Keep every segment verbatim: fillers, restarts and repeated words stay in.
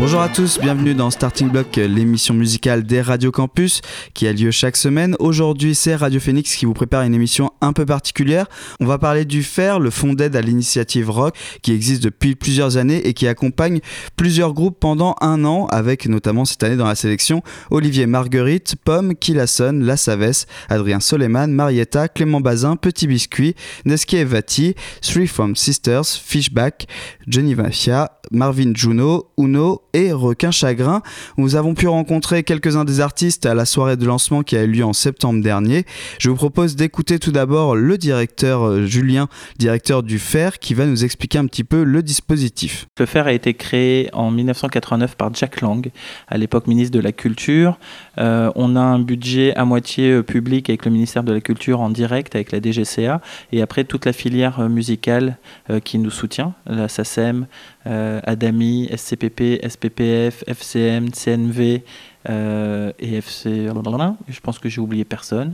Bonjour à tous, bienvenue dans Starting Block, l'émission musicale des Radio Campus qui a lieu chaque semaine. Aujourd'hui, c'est Radio Phoenix qui vous prépare une émission un peu particulière. On va parler du F A I R, le fonds d'aide à l'initiative rock qui existe depuis plusieurs années et qui accompagne plusieurs groupes pendant un an, avec notamment cette année dans la sélection Olivier Marguerite, Pomme, Kilasson, La Savès, Adrien Soleiman, Marietta, Clément Bazin, Petit Biscuit, Nesky et Vati, Three From Sisters, Fishback, Johnny Mafia, Marvin Juno, Uno et Requin Chagrin. Nous avons pu rencontrer quelques-uns des artistes à la soirée de lancement qui a eu lieu en septembre dernier. Je vous propose d'écouter tout d'abord le directeur Julien, directeur du F A I R, qui va nous expliquer un petit peu le dispositif. Le F A I R a été créé en dix-neuf cent quatre-vingt-neuf par Jack Lang, à l'époque ministre de la Culture. Euh, on a un budget à moitié public avec le ministère de la Culture en direct, avec la D G C A, et après toute la filière musicale euh, qui nous soutient, la S A C E M, euh, Adami, S C P P, S P P F, F C M, C N V euh, et F C... Je pense que j'ai oublié personne.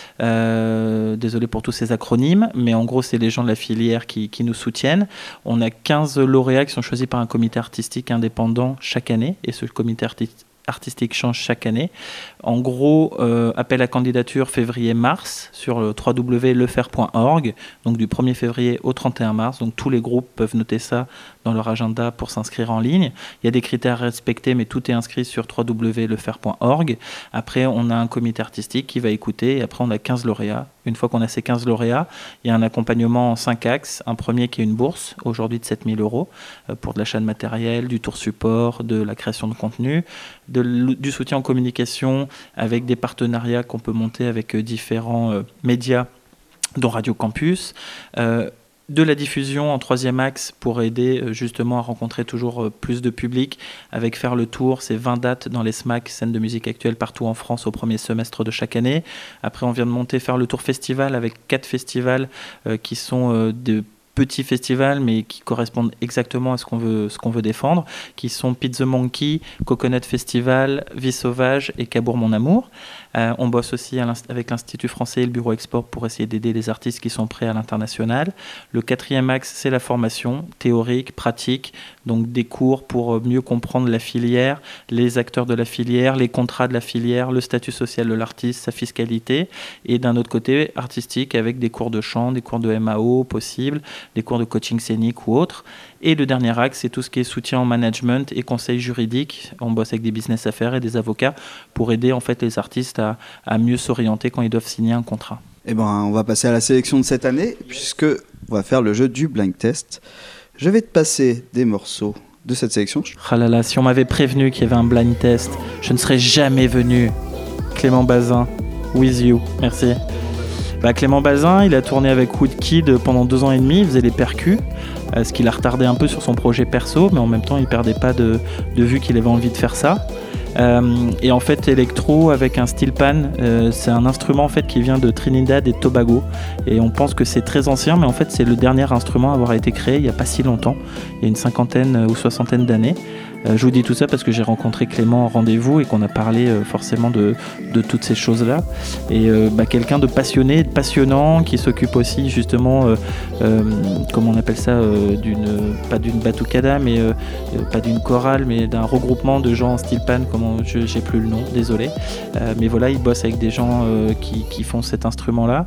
Euh, désolé pour tous ces acronymes, mais en gros, c'est les gens de la filière qui, qui nous soutiennent. On a quinze lauréats qui sont choisis par un comité artistique indépendant chaque année, et ce comité artistique artistique change chaque année. En gros, euh, appel à candidature février-mars sur le w w w point le f a i r point org, donc du premier février au trente et un mars. Donc tous les groupes peuvent noter ça dans leur agenda pour s'inscrire en ligne. Il y a des critères à respecter, mais tout est inscrit sur w w w point le f a i r point org. Après, on a un comité artistique qui va écouter, et après on a quinze lauréats. Une fois qu'on a ces quinze lauréats, il y a un accompagnement en cinq axes. Un premier qui est une bourse, aujourd'hui de sept mille euros, euh, pour de l'achat de matériel, du tour support, de la création de contenu, de du soutien en communication avec des partenariats qu'on peut monter avec différents euh, médias, dont Radio Campus, euh, de la diffusion en troisième axe pour aider euh, justement à rencontrer toujours euh, plus de public, avec Faire le Tour, c'est vingt dates dans les S M A C, scènes de musique actuelle partout en France au premier semestre de chaque année. Après, on vient de monter Faire le Tour Festival avec quatre festivals euh, qui sont euh, de petits festivals, mais qui correspondent exactement à ce qu'on veut, ce qu'on veut défendre, qui sont Pizza Monkey, Coconut Festival, Vie Sauvage et Cabourg Mon Amour. Euh, on bosse aussi à avec l'Institut français et le Bureau Export pour essayer d'aider les artistes qui sont prêts à l'international. Le quatrième axe, c'est la formation théorique, pratique, donc des cours pour mieux comprendre la filière, les acteurs de la filière, les contrats de la filière, le statut social de l'artiste, sa fiscalité, et d'un autre côté, artistique, avec des cours de chant, des cours de M A O possibles, des cours de coaching scénique ou autres. Et le dernier axe, c'est tout ce qui est soutien en management et conseil juridique. On bosse avec des business affaires et des avocats pour aider en fait les artistes à, à mieux s'orienter quand ils doivent signer un contrat. Eh ben, on va passer à la sélection de cette année, puisque on va faire le jeu du blind test. Je vais te passer des morceaux de cette sélection. Ah là là, si on m'avait prévenu qu'il y avait un blind test, je ne serais jamais venu. Clément Bazin, with you, merci. Bah, Clément Bazin, il a tourné avec Woodkid pendant deux ans et demi, il faisait les percus, euh, ce qui l'a retardé un peu sur son projet perso, mais en même temps il perdait pas de, de vue qu'il avait envie de faire ça. Euh, et en fait, électro avec un steel pan, euh, c'est un instrument en fait qui vient de Trinidad et Tobago, et on pense que c'est très ancien, mais en fait c'est le dernier instrument à avoir été créé il n'y a pas si longtemps, il y a une cinquantaine ou soixantaine d'années. Euh, je vous dis tout ça parce que j'ai rencontré Clément en rendez-vous et qu'on a parlé euh, forcément de, de toutes ces choses-là. Et euh, bah, quelqu'un de passionné, de passionnant, qui s'occupe aussi justement, euh, euh, comment on appelle ça, euh, d'une, pas d'une batucada, mais euh, euh, pas d'une chorale, mais d'un regroupement de gens en steel pan, comment, je j'ai plus le nom, désolé. Euh, mais voilà, il bosse avec des gens euh, qui, qui font cet instrument-là.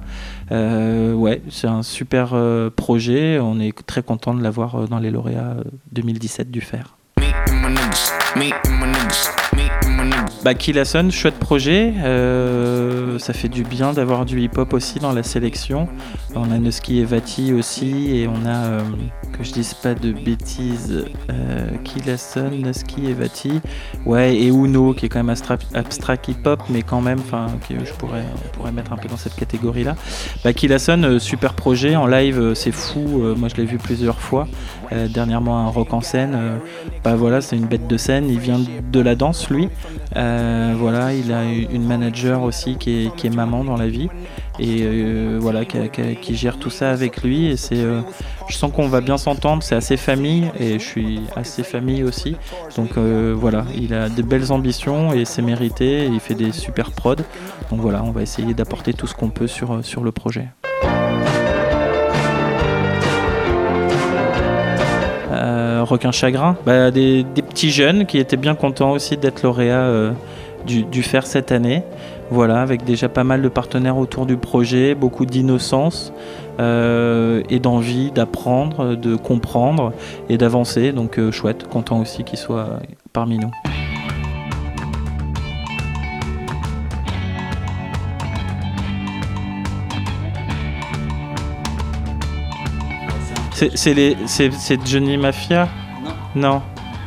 Euh, ouais, c'est un super euh, projet. On est très content de l'avoir euh, dans les lauréats euh, deux mille dix-sept du F A I R. Bah, Kilasson, chouette projet, euh, ça fait du bien d'avoir du hip-hop aussi dans la sélection. On a Nesky et Vati aussi, et on a, euh, que je dise pas de bêtises, euh, Kilasson, Nesky et Vati, ouais, et Uno qui est quand même abstract, abstract hip-hop, mais quand même, enfin, que je pourrais, on pourrait mettre un peu dans cette catégorie-là. Bah, Kilasson, euh, super projet, en live, euh, c'est fou, euh, moi je l'ai vu plusieurs fois, euh, dernièrement un rock en scène, euh, bah voilà, c'est une bête de scène, il vient de la danse lui. Euh, voilà, il a une manager aussi qui est, qui est maman dans la vie, et euh, voilà, qui, qui, qui gère tout ça avec lui, et c'est, euh, je sens qu'on va bien s'entendre, c'est assez famille, et je suis assez famille aussi, donc euh, voilà, il a de belles ambitions et c'est mérité, et il fait des super prods, donc voilà, on va essayer d'apporter tout ce qu'on peut sur, sur le projet. Requin Chagrin. Bah, des, des petits jeunes qui étaient bien contents aussi d'être lauréats euh, du, du F E R cette année. Voilà, avec déjà pas mal de partenaires autour du projet, beaucoup d'innocence euh, et d'envie d'apprendre, de comprendre et d'avancer. Donc euh, chouette, content aussi qu'ils soient parmi nous. C'est, c'est, les, c'est, c'est Johnny Mafia ? Non. Non.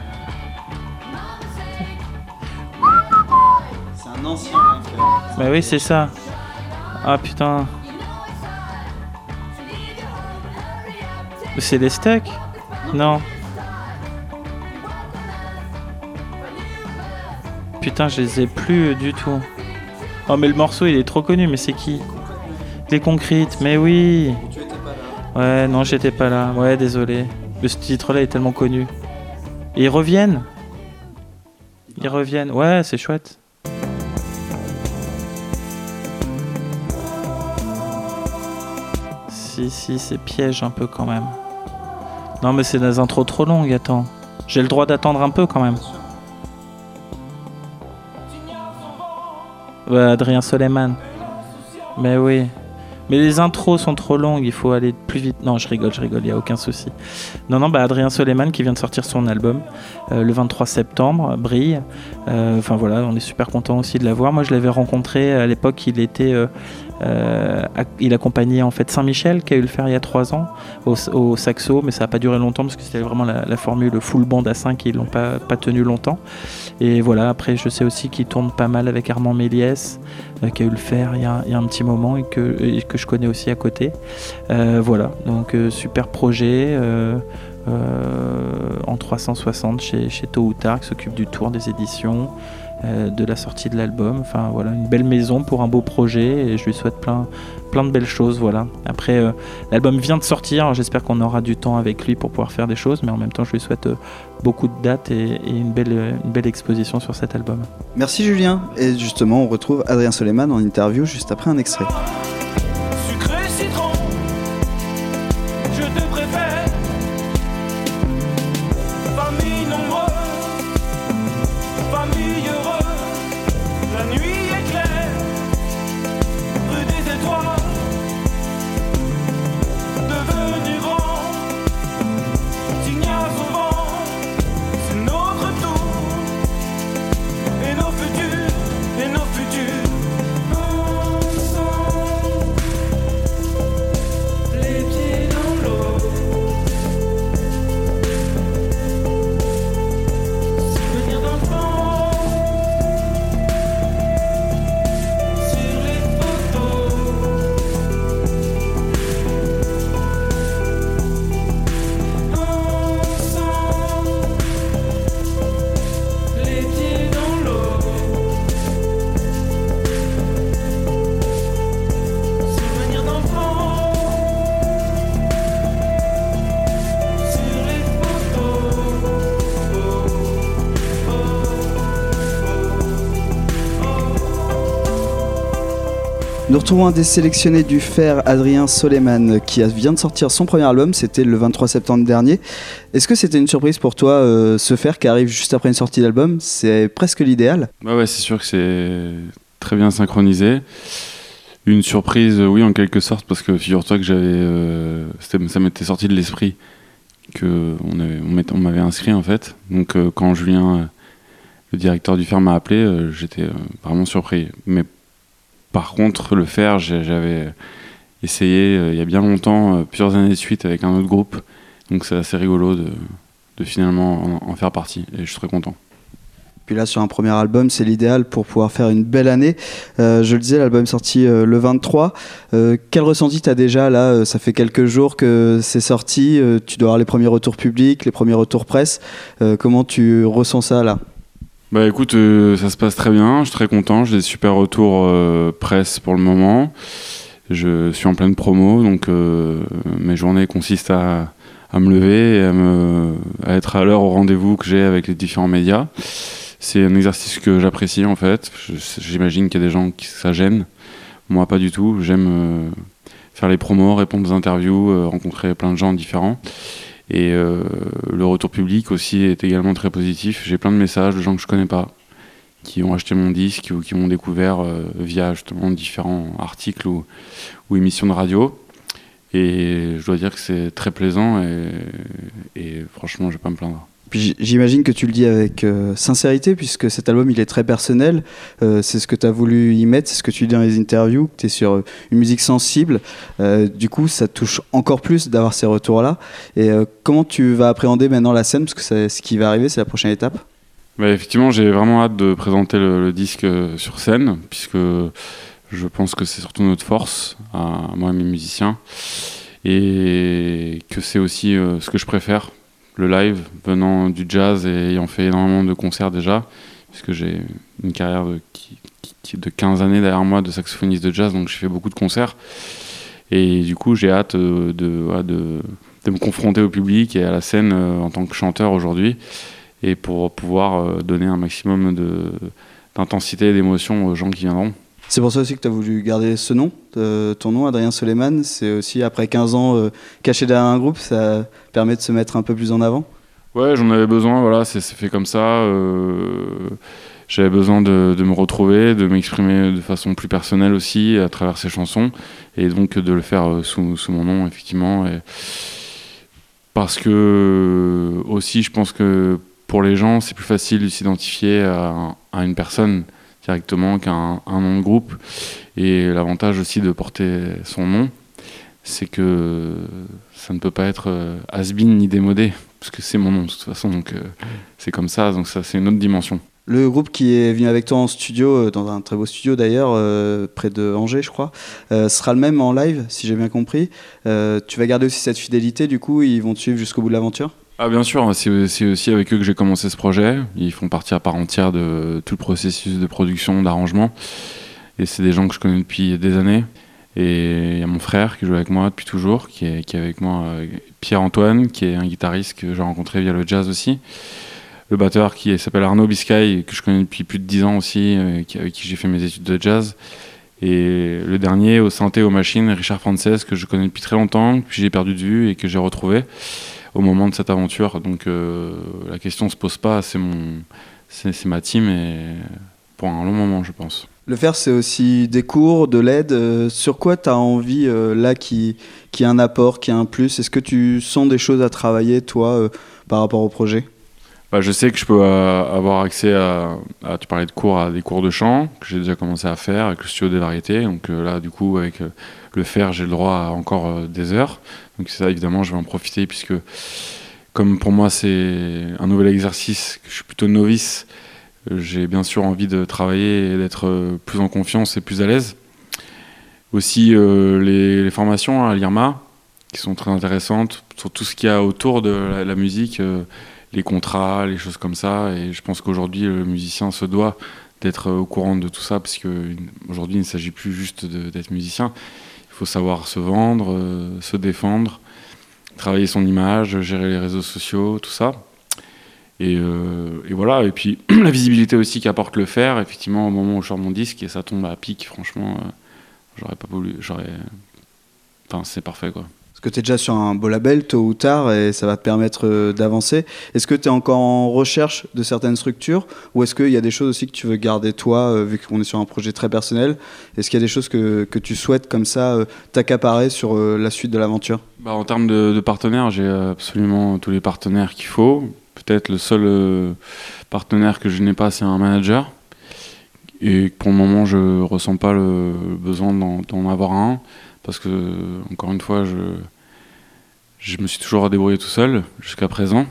C'est un ancien rappeur. Bah oui, c'est ça. Ah putain. C'est les steaks ? Non. Putain, je les ai plus du tout. Oh mais le morceau il est trop connu, mais c'est qui ? Les Concretes, mais oui. Tu étais pas là. Ouais, non, j'étais pas là. Ouais, désolé. Le titre-là est tellement connu. Et ils reviennent. Ils reviennent. Ouais, c'est chouette. Si, si, c'est piège un peu quand même. Non, mais c'est des intros trop longues, attends. J'ai le droit d'attendre un peu quand même. Ouais, Adrien Soleiman. Mais oui. Mais les intros sont trop longues, il faut aller plus vite. Non, je rigole, je rigole, il n'y a aucun souci. Non, non, bah Adrien Soleiman qui vient de sortir son album euh, le vingt-trois septembre, Brille. Enfin euh, voilà, on est super content aussi de l'avoir. Moi, je l'avais rencontré à l'époque, il était, euh, euh, il accompagnait en fait Saint-Michel qui a eu le faire il y a trois ans au, au saxo, mais ça n'a pas duré longtemps parce que c'était vraiment la, la formule full band à cinq, ils l'ont pas pas tenu longtemps. Et voilà, après, je sais aussi qu'il tourne pas mal avec Armand Méliès, euh, qui a eu le faire il y a, il y a un petit moment et que, et que je connais aussi à côté. Euh, voilà, donc euh, super projet euh, euh, en trois cent soixante chez, chez Tôt ou Tard, qui s'occupe du tour des éditions, euh, de la sortie de l'album. Enfin voilà, une belle maison pour un beau projet et je lui souhaite plein, plein de belles choses. Voilà. Après, euh, l'album vient de sortir, alors j'espère qu'on aura du temps avec lui pour pouvoir faire des choses, mais en même temps, je lui souhaite euh, beaucoup de dates et, et une, belle, une belle exposition sur cet album. Merci Julien. Et justement, on retrouve Adrien Soleiman en interview juste après un extrait. Nous retrouvons un des sélectionnés du F E R, Adrien Soleiman, qui vient de sortir son premier album, c'était le vingt-trois septembre dernier. Est-ce que c'était une surprise pour toi, euh, ce F E R qui arrive juste après une sortie d'album ? C'est presque l'idéal. Bah ouais, c'est sûr que c'est très bien synchronisé. Une surprise, oui, en quelque sorte, parce que figure-toi que j'avais, euh, ça m'était sorti de l'esprit qu'on on, on m'avait inscrit en fait. Donc euh, quand Julien, euh, le directeur du F E R, m'a appelé, euh, j'étais euh, vraiment surpris. Mais par contre, le F E R, j'avais essayé euh, il y a bien longtemps, euh, plusieurs années de suite avec un autre groupe. Donc c'est assez rigolo de, de finalement en, en faire partie et je suis très content. Puis là, sur un premier album, c'est l'idéal pour pouvoir faire une belle année. Euh, je le disais, l'album est sorti euh, le vingt-trois. Euh, quel ressenti tu as déjà là euh, ça fait quelques jours que c'est sorti. Euh, tu dois avoir les premiers retours publics, les premiers retours presse. Euh, comment tu ressens ça là ? Bah écoute, euh, ça se passe très bien, je suis très content, j'ai des super retours euh, presse pour le moment. Je suis en pleine promo, donc euh, mes journées consistent à, à me lever et à, me, à être à l'heure au rendez-vous que j'ai avec les différents médias. C'est un exercice que j'apprécie en fait. J'imagine qu'il y a des gens qui ça gêne. Moi, pas du tout. J'aime euh, faire les promos, répondre aux interviews, euh, rencontrer plein de gens différents. Et euh, le retour public aussi est également très positif. J'ai plein de messages de gens que je connais pas, qui ont acheté mon disque ou qui m'ont découvert euh, via justement différents articles ou, ou émissions de radio. Et je dois dire que c'est très plaisant et, et franchement, je vais pas me plaindre. Puis j'imagine que tu le dis avec euh, sincérité, puisque cet album il est très personnel, euh, c'est ce que tu as voulu y mettre, c'est ce que tu dis dans les interviews, que tu es sur euh, une musique sensible, euh, du coup ça te touche encore plus d'avoir ces retours-là. Et euh, comment tu vas appréhender maintenant la scène, parce que c'est ce qui va arriver, c'est la prochaine étape? Bah, effectivement, j'ai vraiment hâte de présenter le, le disque sur scène, puisque je pense que c'est surtout notre force, à moi et mes musiciens, et que c'est aussi euh, ce que je préfère. Le live, venant du jazz et ayant fait énormément de concerts déjà, puisque j'ai une carrière de, qui, qui, de quinze années derrière moi de saxophoniste de jazz, donc j'ai fait beaucoup de concerts. Et du coup, j'ai hâte de, de, de, de me confronter au public et à la scène euh, en tant que chanteur aujourd'hui, et pour pouvoir euh, donner un maximum de, d'intensité et d'émotion aux gens qui viendront. C'est pour ça aussi que tu as voulu garder ce nom, euh, ton nom, Adrien Soleiman. C'est aussi, après quinze ans euh, caché derrière un groupe, ça permet de se mettre un peu plus en avant. Ouais, j'en avais besoin, voilà, c'est, c'est fait comme ça. Euh, j'avais besoin de, de me retrouver, de m'exprimer de façon plus personnelle aussi à travers ces chansons, et donc de le faire sous, sous mon nom, effectivement. Et parce que, aussi, je pense que pour les gens, c'est plus facile de s'identifier à, à une personne directement qu'un un nom de groupe. Et l'avantage aussi de porter son nom, c'est que ça ne peut pas être has-been ni démodé, parce que c'est mon nom de toute façon, donc euh, c'est comme ça, donc ça c'est une autre dimension. Le groupe qui est venu avec toi en studio, dans un très beau studio d'ailleurs, euh, près de Angers je crois, euh, sera le même en live, si j'ai bien compris. Euh, tu vas garder aussi cette fidélité, du coup, ils vont te suivre jusqu'au bout de l'aventure? Ah bien sûr, c'est, c'est aussi avec eux que j'ai commencé ce projet. Ils font partie à part entière de tout le processus de production, d'arrangement. Et c'est des gens que je connais depuis des années. Et il y a mon frère qui joue avec moi depuis toujours, qui est, qui est avec moi, euh, Pierre-Antoine, qui est un guitariste que j'ai rencontré via le jazz aussi. Le batteur qui s'appelle Arnaud Biscay, que je connais depuis plus de dix ans aussi, euh, qui, avec qui j'ai fait mes études de jazz. Et le dernier, au synthé, aux machines, Richard Frances, que je connais depuis très longtemps, que j'ai perdu de vue et que j'ai retrouvé au moment de cette aventure. Donc euh, la question se pose pas, c'est, mon, c'est, c'est ma team, et pour un long moment, je pense. Le faire, c'est aussi des cours, de l'aide. Euh, sur quoi tu as envie, euh, là, qui, qui a un apport, qui a un plus? Est-ce que tu sens des choses à travailler, toi, euh, par rapport au projet? Bah, je sais que je peux euh, avoir accès à, à, tu parlais de cours, à des cours de chant, que j'ai déjà commencé à faire avec le studio des variétés. Donc euh, là, du coup, avec euh, le faire, j'ai le droit à encore euh, des heures. Donc ça, évidemment, je vais en profiter, puisque comme pour moi, c'est un nouvel exercice, que je suis plutôt novice, j'ai bien sûr envie de travailler et d'être plus en confiance et plus à l'aise. Aussi euh, les, les formations à l'I R M A, qui sont très intéressantes, sur tout ce qu'il y a autour de la, la musique, euh, les contrats, les choses comme ça. Et je pense qu'aujourd'hui, le musicien se doit d'être au courant de tout ça, parce qu'aujourd'hui, il ne s'agit plus juste de, d'être musicien. Il faut savoir se vendre, euh, se défendre, travailler son image, gérer les réseaux sociaux, tout ça. Et, euh, et voilà, et puis la visibilité aussi qu'apporte le faire, effectivement, au moment où je sors mon disque, et ça tombe à pic, franchement, euh, j'aurais pas voulu, j'aurais... Enfin, c'est parfait, quoi. Parce que tu es déjà sur un beau label, tôt ou tard, et ça va te permettre euh, d'avancer. Est-ce que tu es encore en recherche de certaines structures, ou est-ce qu'il y a des choses aussi que tu veux garder toi, euh, vu qu'on est sur un projet très personnel? Est-ce qu'il y a des choses que, que tu souhaites, comme ça, euh, t'accaparer sur euh, la suite de l'aventure? Bah, en termes de, de partenaires, j'ai absolument tous les partenaires qu'il faut. Peut-être le seul euh, partenaire que je n'ai pas, c'est un manager. Et pour le moment, je ne ressens pas le besoin d'en, d'en avoir un. Parce que, encore une fois, je, je me suis toujours débrouillé tout seul jusqu'à présent.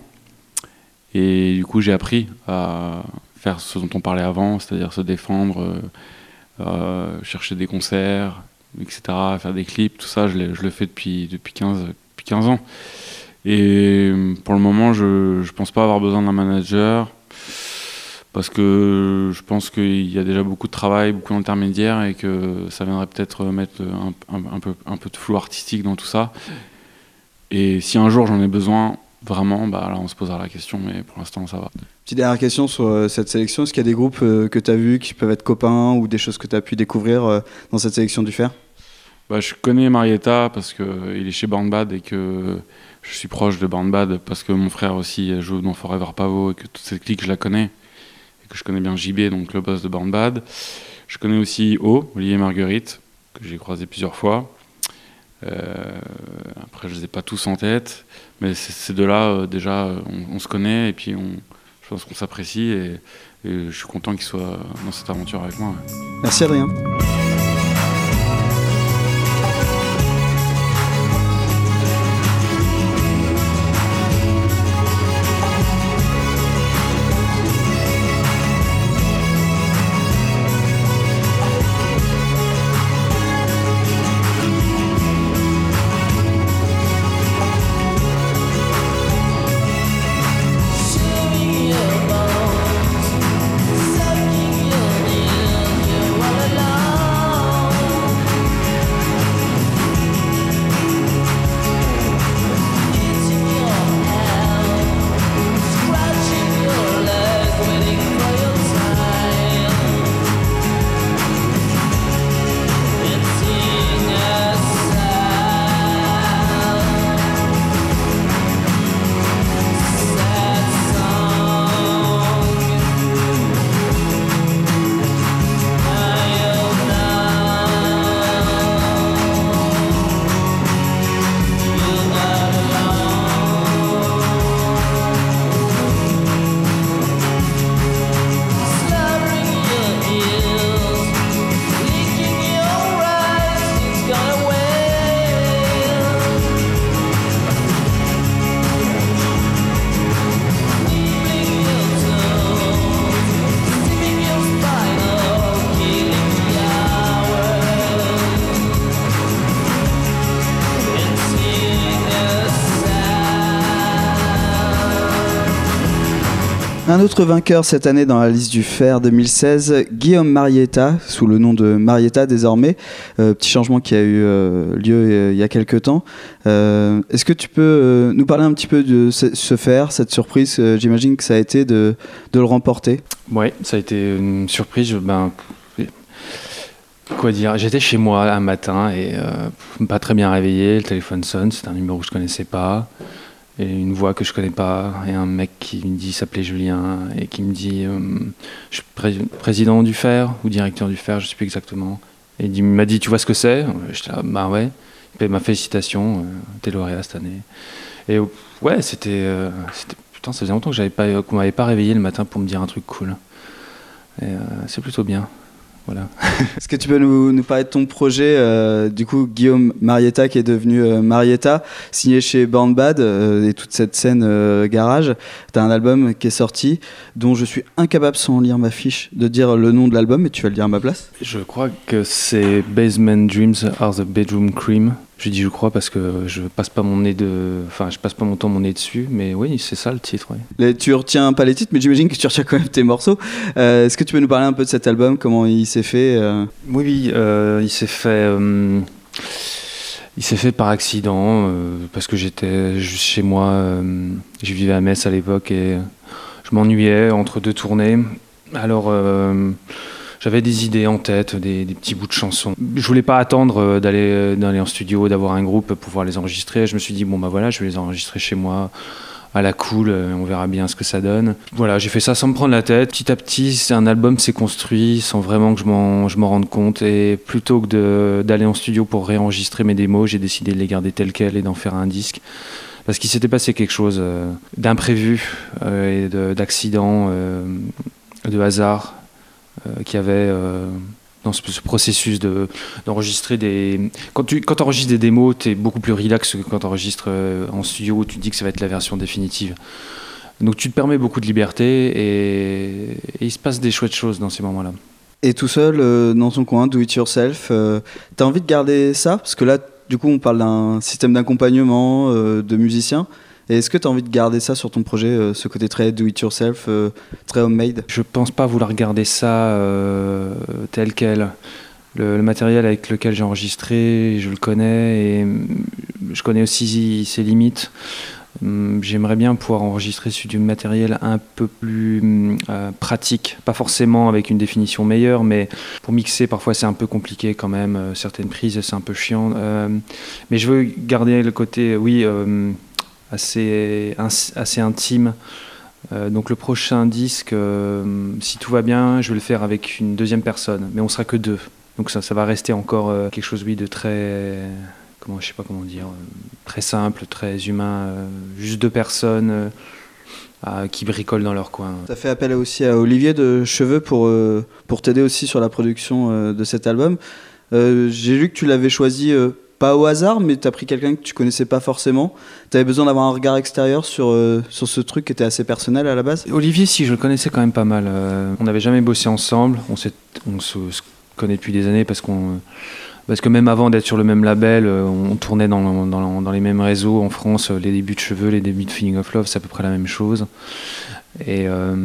Et du coup, j'ai appris à faire ce dont on parlait avant, c'est-à-dire se défendre, euh, euh, chercher des concerts, et cetera, faire des clips, tout ça, je, je le fais depuis, depuis, quinze, depuis quinze ans. Et pour le moment, je ne pense pas avoir besoin d'un manager, parce que je pense qu'il y a déjà beaucoup de travail, beaucoup d'intermédiaires, et que ça viendrait peut-être mettre un, un, un, peu, un peu de flou artistique dans tout ça. Et si un jour j'en ai besoin, vraiment, bah là on se posera la question, mais pour l'instant ça va. Petite dernière question sur euh, cette sélection, est-ce qu'il y a des groupes euh, que tu as vus qui peuvent être copains, ou des choses que tu as pu découvrir euh, dans cette sélection du Fer? Bah, je connais Marietta parce qu'il est chez Born Bad, et que je suis proche de Born Bad parce que mon frère aussi joue dans Forever Pavo et que toute cette clique, je la connais. Et que je connais bien J B, donc le boss de Born Bad. Je connais aussi O, Olivier Marguerite, que j'ai croisé plusieurs fois. Euh, après, je les ai pas tous en tête. Mais c- ces deux-là, euh, déjà, on, on se connaît et puis on, je pense qu'on s'apprécie. Et, et je suis content qu'ils soient dans cette aventure avec moi. Ouais. Merci Adrien. Un autre vainqueur cette année dans la liste du Fer deux mille seize, Guillaume Marietta, sous le nom de Marietta désormais. Euh, petit changement qui a eu euh, lieu euh, il y a quelques temps. Euh, est-ce que tu peux euh, nous parler un petit peu de ce, ce Fer, cette surprise, euh, j'imagine que ça a été de, de le remporter? Oui, ça a été une surprise. Ben, quoi dire, j'étais chez moi un matin et euh, pas très bien réveillé, le téléphone sonne, c'était un numéro que je connaissais pas. Et une voix que je connais pas, et un mec qui me dit, s'appelait Julien, et qui me dit euh, je suis pré- président du Fer ou directeur du Fer, je sais plus exactement. Et il m'a dit, tu vois ce que c'est? J'étais là, bah ouais. Il m'a fait félicitations, euh, t'es lauréat cette année. Et ouais, c'était, euh, c'était putain, ça faisait longtemps que j'avais pas, qu'on m'avait pas réveillé le matin pour me dire un truc cool. Et euh, c'est plutôt bien. Voilà. Est-ce que tu peux nous, nous parler de ton projet, euh, du coup Guillaume Marietta qui est devenu euh, Marietta, signé chez Born Bad euh, et toute cette scène euh, garage. Tu as un album qui est sorti dont je suis incapable sans lire ma fiche de dire le nom de l'album, mais tu vas le dire à ma place. Je crois que c'est Basement Dreams Are the Bedroom Cream. Je dis je crois parce que je passe pas mon nez de, enfin je passe pas mon temps mon nez dessus, mais oui c'est ça le titre. Ouais. Les, tu retiens pas les titres, mais j'imagine que tu retiens quand même tes morceaux. Euh, est-ce que tu peux nous parler un peu de cet album, comment il s'est fait euh... Oui oui, euh, il s'est fait, euh, il s'est fait par accident euh, parce que j'étais juste chez moi, euh, je vivais à Metz à l'époque et je m'ennuyais entre deux tournées. Alors euh, j'avais des idées en tête, des, des petits bouts de chansons. Je voulais pas attendre d'aller, d'aller en studio, d'avoir un groupe pour pouvoir les enregistrer. Je me suis dit, bon bah voilà, je vais les enregistrer chez moi, à la cool, on verra bien ce que ça donne. Voilà, j'ai fait ça sans me prendre la tête. Petit à petit, c'est un album s'est construit sans vraiment que je m'en, je m'en rende compte. Et plutôt que de, d'aller en studio pour réenregistrer mes démos, j'ai décidé de les garder telles quelles et d'en faire un disque. Parce qu'il s'était passé quelque chose euh, d'imprévu euh, et de, d'accident, euh, de hasard. Euh, qu'il y avait euh, dans ce, ce processus de, d'enregistrer des... Quand tu quand enregistres des démos, tu es beaucoup plus relax que quand tu enregistres euh, en studio où tu te dis que ça va être la version définitive. Donc tu te permets beaucoup de liberté et, et il se passe des chouettes choses dans ces moments-là. Et tout seul, euh, dans ton coin, do it yourself, euh, t'as envie de garder ça? Parce que là, du coup, on parle d'un système d'accompagnement euh, de musiciens. Et est-ce que tu as envie de garder ça sur ton projet, euh, ce côté très do-it-yourself, euh, très homemade? Je pense pas vouloir garder ça euh, tel quel. Le, le matériel avec lequel j'ai enregistré, je le connais et je connais aussi ses limites. J'aimerais bien pouvoir enregistrer sur du matériel un peu plus euh, pratique, pas forcément avec une définition meilleure, mais pour mixer, parfois c'est un peu compliqué quand même. Euh, certaines prises, c'est un peu chiant. Euh, mais je veux garder le côté, oui... Euh, assez, assez intime. Euh, donc le prochain disque, euh, si tout va bien, je vais le faire avec une deuxième personne, mais on sera que deux. Donc ça, ça va rester encore euh, quelque chose, oui, de très, comment, je sais pas comment dire, euh, très simple, très humain, euh, juste deux personnes euh, euh, qui bricolent dans leur coin. Tu as fait appel aussi à Olivier de Cheveux pour, euh, pour t'aider aussi sur la production euh, de cet album. Euh, j'ai lu que tu l'avais choisi euh, pas au hasard, mais tu as pris quelqu'un que tu connaissais pas forcément. Tu avais besoin d'avoir un regard extérieur sur, euh, sur ce truc qui était assez personnel à la base. Olivier, si, je le connaissais quand même pas mal. Euh, on n'avait jamais bossé ensemble, on, s'est, on se, se connaît depuis des années parce qu'on... Parce que même avant d'être sur le même label, on tournait dans, dans, dans les mêmes réseaux en France. Les débuts de Cheveux, les débuts de Feeling of Love, c'est à peu près la même chose. Et, euh,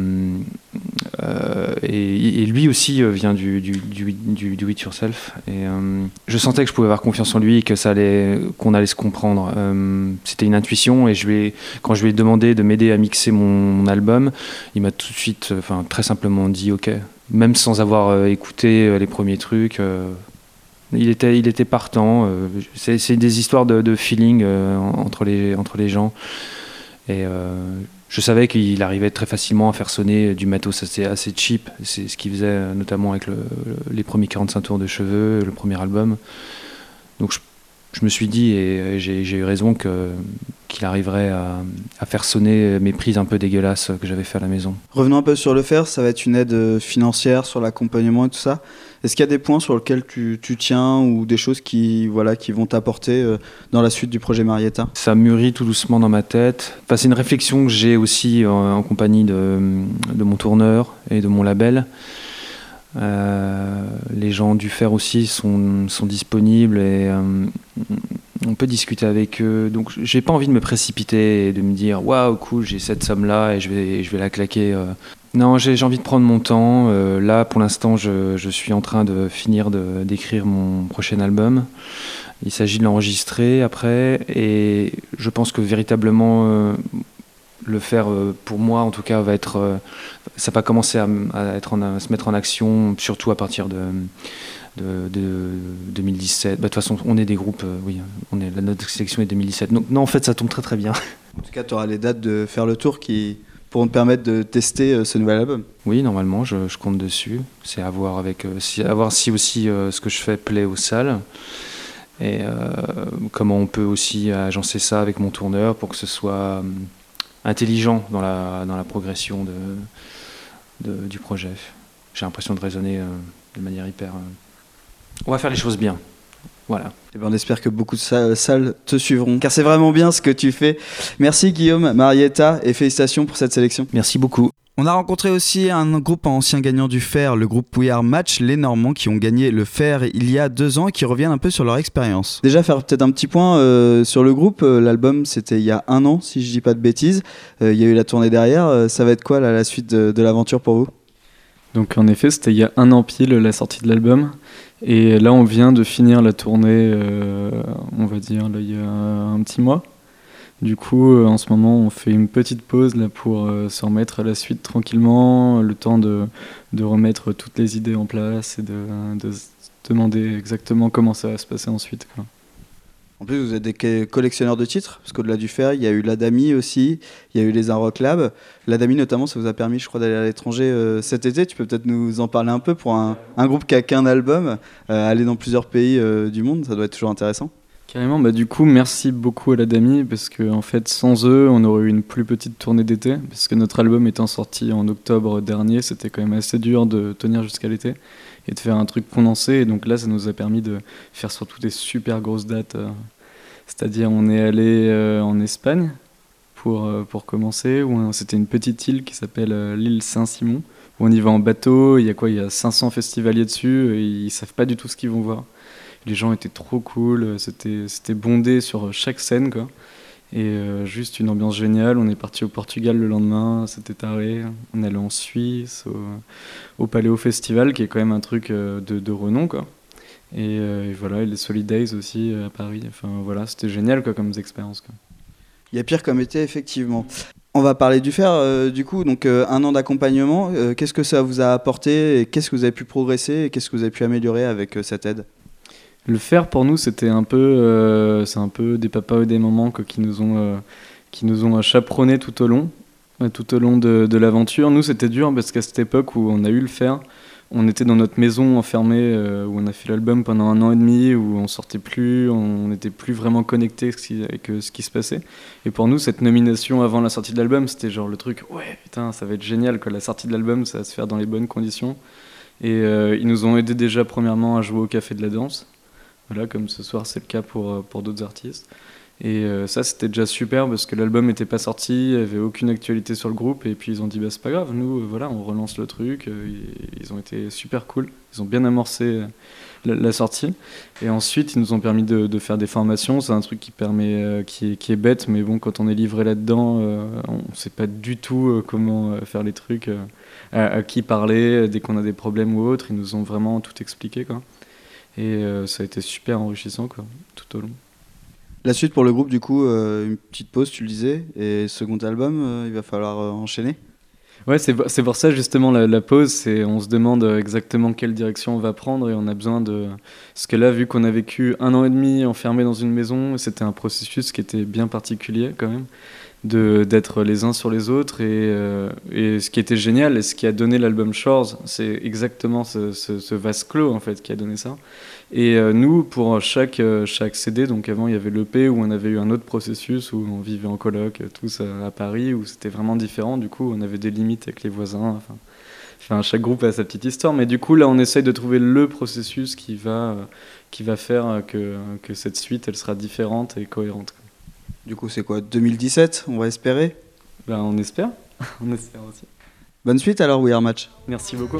euh, et, et lui aussi vient du, du, du, du do it yourself. Et euh, je sentais que je pouvais avoir confiance en lui et que ça allait, qu'on allait se comprendre. Euh, c'était une intuition. Et je lui ai, quand je lui ai demandé de m'aider à mixer mon, mon album, il m'a tout de suite, enfin très simplement dit OK. Même sans avoir écouté les premiers trucs. Euh, Il était, il était partant. Euh, c'est, c'est des histoires de, de feeling euh, entre, les, entre les gens. Et euh, je savais qu'il arrivait très facilement à faire sonner du matos assez, assez cheap. C'est ce qu'il faisait notamment avec le, le, les premiers quarante-cinq tours de Cheveux, le premier album. Donc je, je me suis dit, et j'ai, j'ai eu raison, que, qu'il arriverait à, à faire sonner mes prises un peu dégueulasses que j'avais fait à la maison. Revenons un peu sur le faire, ça va être une aide financière sur l'accompagnement et tout ça. Est-ce qu'il y a des points sur lesquels tu, tu tiens ou des choses qui, voilà, qui vont t'apporter euh, dans la suite du projet Marietta ? Ça mûrit tout doucement dans ma tête. Enfin, c'est une réflexion que j'ai aussi en, en compagnie de, de mon tourneur et de mon label. Euh, les gens du Faire aussi sont, sont disponibles et euh, on peut discuter avec eux. Donc j'ai pas envie de me précipiter et de me dire waouh cool, j'ai cette somme là et je vais, je vais la claquer. Euh. Non, j'ai, j'ai envie de prendre mon temps. Euh, là pour l'instant je, je suis en train de finir de, d'écrire mon prochain album. Il s'agit de l'enregistrer après et je pense que véritablement euh, le Faire, pour moi en tout cas, va être, ça va commencer à, à, être en, à se mettre en action, surtout à partir de, de, de deux mille dix-sept. Bah, de toute façon, on est des groupes, euh, oui, on est, la notre sélection est deux mille dix-sept. Donc, non, en fait, ça tombe très très bien. En tout cas, tu auras les dates de Faire le Tour qui pourront te permettre de tester euh, ce nouvel album. Oui, normalement, je, je compte dessus. C'est à voir, avec, euh, si, à voir si aussi euh, ce que je fais plaît aux salles. Et euh, comment on peut aussi agencer ça avec mon tourneur pour que ce soit euh, intelligent dans la, dans la progression de, de, du projet. J'ai l'impression de raisonner euh, de manière hyper... Euh... On va faire les choses bien. Voilà. Et ben on espère que beaucoup de salles te suivront, car c'est vraiment bien ce que tu fais. Merci Guillaume, Marietta, et félicitations pour cette sélection. Merci beaucoup. On a rencontré aussi un groupe ancien gagnant du Faire, le groupe We Are Match, les Normands, qui ont gagné le Faire il y a deux ans et qui reviennent un peu sur leur expérience. Déjà, faire peut-être un petit point euh, sur le groupe. Euh, l'album, c'était il y a un an, si je dis pas de bêtises. Euh, il y a eu la tournée derrière. Euh, ça va être quoi là, la suite de, de l'aventure pour vous ? Donc en effet, c'était il y a un an pile la sortie de l'album. Et là, on vient de finir la tournée, euh, on va dire, là, il y a un petit mois. Du coup, euh, en ce moment, on fait une petite pause là, pour euh, se remettre à la suite tranquillement, le temps de, de remettre toutes les idées en place et de, de se demander exactement comment ça va se passer ensuite, quoi. En plus, vous êtes des collectionneurs de titres, parce qu'au-delà du Faire, il y a eu l'Adami aussi, il y a eu les Rock Lab. L'Adami, notamment, ça vous a permis, je crois, d'aller à l'étranger euh, cet été. Tu peux peut-être nous en parler un peu pour un, un groupe qui a qu'un album, euh, aller dans plusieurs pays euh, du monde, ça doit être toujours intéressant. Carrément, bah du coup, merci beaucoup à l'Adami, parce que en fait, sans eux, on aurait eu une plus petite tournée d'été, parce que notre album étant sorti en octobre dernier, c'était quand même assez dur de tenir jusqu'à l'été et de faire un truc condensé. Et donc là, ça nous a permis de faire surtout des super grosses dates. Euh, c'est-à-dire, on est allé euh, en Espagne pour, euh, pour commencer, où on, c'était une petite île qui s'appelle euh, l'île Saint-Simon, où on y va en bateau. Il y a quoi ? Il y a cinq cents festivaliers dessus, et ils savent pas du tout ce qu'ils vont voir. Les gens étaient trop cool, c'était, c'était bondé sur chaque scène, quoi. Et euh, juste une ambiance géniale. On est parti au Portugal le lendemain, c'était taré. On est allé en Suisse, au, au Paléo Festival, qui est quand même un truc euh, de, de renom, quoi. Et, euh, et voilà, et les Solid Days aussi euh, à Paris. Enfin voilà, c'était génial, quoi, comme expérience, quoi. Il y a pire comme été, effectivement. On va parler du Faire, euh, du coup, donc euh, un an d'accompagnement. Euh, qu'est-ce que ça vous a apporté et qu'est-ce que vous avez pu progresser et qu'est-ce que vous avez pu améliorer avec euh, cette aide ? Le Faire, pour nous, c'était un peu, euh, c'est un peu des papas et des mamans quoi, qui nous ont euh, qui nous ont chaperonnés tout au long, tout au long de, de l'aventure. Nous, c'était dur parce qu'à cette époque où on a eu le faire, on était dans notre maison enfermée, euh, où on a fait l'album pendant un an et demi, où on sortait plus, on n'était plus vraiment connecté avec ce qui se passait. Et pour nous, cette nomination avant la sortie de l'album, c'était genre le truc, ouais, putain, ça va être génial, quoi. La sortie de l'album, ça va se faire dans les bonnes conditions. Et euh, ils nous ont aidés déjà premièrement à jouer au Café de la Danse. Voilà, comme ce soir, c'est le cas pour, pour d'autres artistes. Et euh, ça, c'était déjà super parce que l'album n'était pas sorti, il n'y avait aucune actualité sur le groupe. Et puis ils ont dit, bah, c'est pas grave, nous, euh, voilà, on relance le truc. Euh, ils ont été super cool, ils ont bien amorcé euh, la, la sortie. Et ensuite, ils nous ont permis de, de faire des formations. C'est un truc qui, permet, euh, qui, est, qui est bête, mais bon, quand on est livré là-dedans, euh, on ne sait pas du tout euh, comment euh, faire les trucs, euh, à, à qui parler, dès qu'on a des problèmes ou autre. Ils nous ont vraiment tout expliqué, quoi. Et euh, ça a été super enrichissant, quoi, tout au long. La suite pour le groupe, du coup, euh, une petite pause, tu le disais, et second album, euh, il va falloir euh, enchaîner. Ouais, c'est, c'est pour ça justement la, la pause, c'est, on se demande exactement quelle direction on va prendre et on a besoin de... Parce que là, vu qu'on a vécu un an et demi enfermé dans une maison, c'était un processus qui était bien particulier quand même, de, d'être les uns sur les autres. Et, euh, et ce qui était génial et ce qui a donné l'album Shores, c'est exactement ce, ce, ce vase clos en fait qui a donné ça. Et euh, nous, pour chaque, euh, chaque C D, donc avant il y avait l'E P où on avait eu un autre processus, où on vivait en coloc tous à, à Paris, où c'était vraiment différent, du coup on avait des limites avec les voisins, enfin, enfin chaque groupe a sa petite histoire, mais du coup là on essaye de trouver le processus qui va, euh, qui va faire que, que cette suite elle sera différente et cohérente. Du coup c'est quoi, deux mille dix-sept, on va espérer? Ben, on espère, on espère aussi. Bonne suite alors, We Are Match. Merci beaucoup.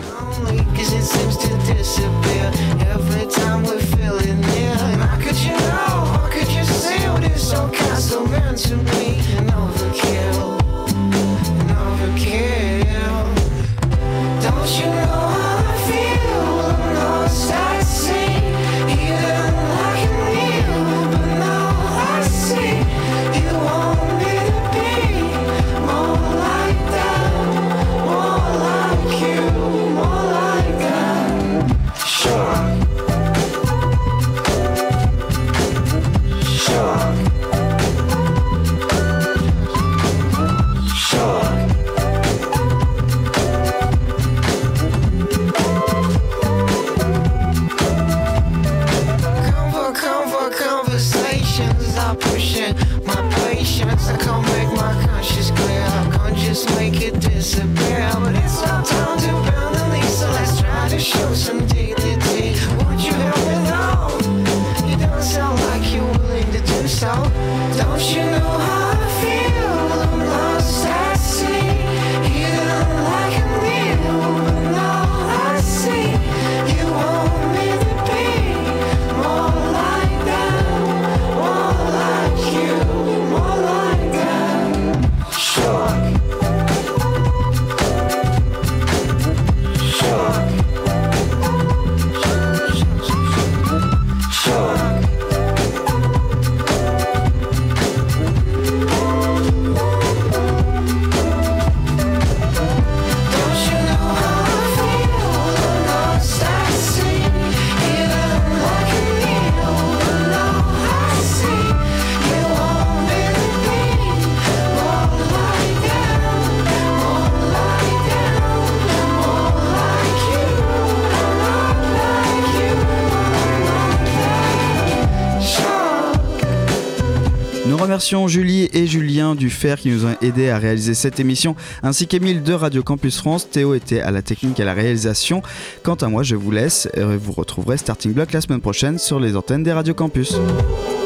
Remercions Julie et Julien du Fer qui nous ont aidés à réaliser cette émission, ainsi qu'Émile de Radio Campus France. Théo était à la technique et à la réalisation. Quant à moi, je vous laisse et vous retrouverez Starting Block la semaine prochaine sur les antennes des Radio Campus.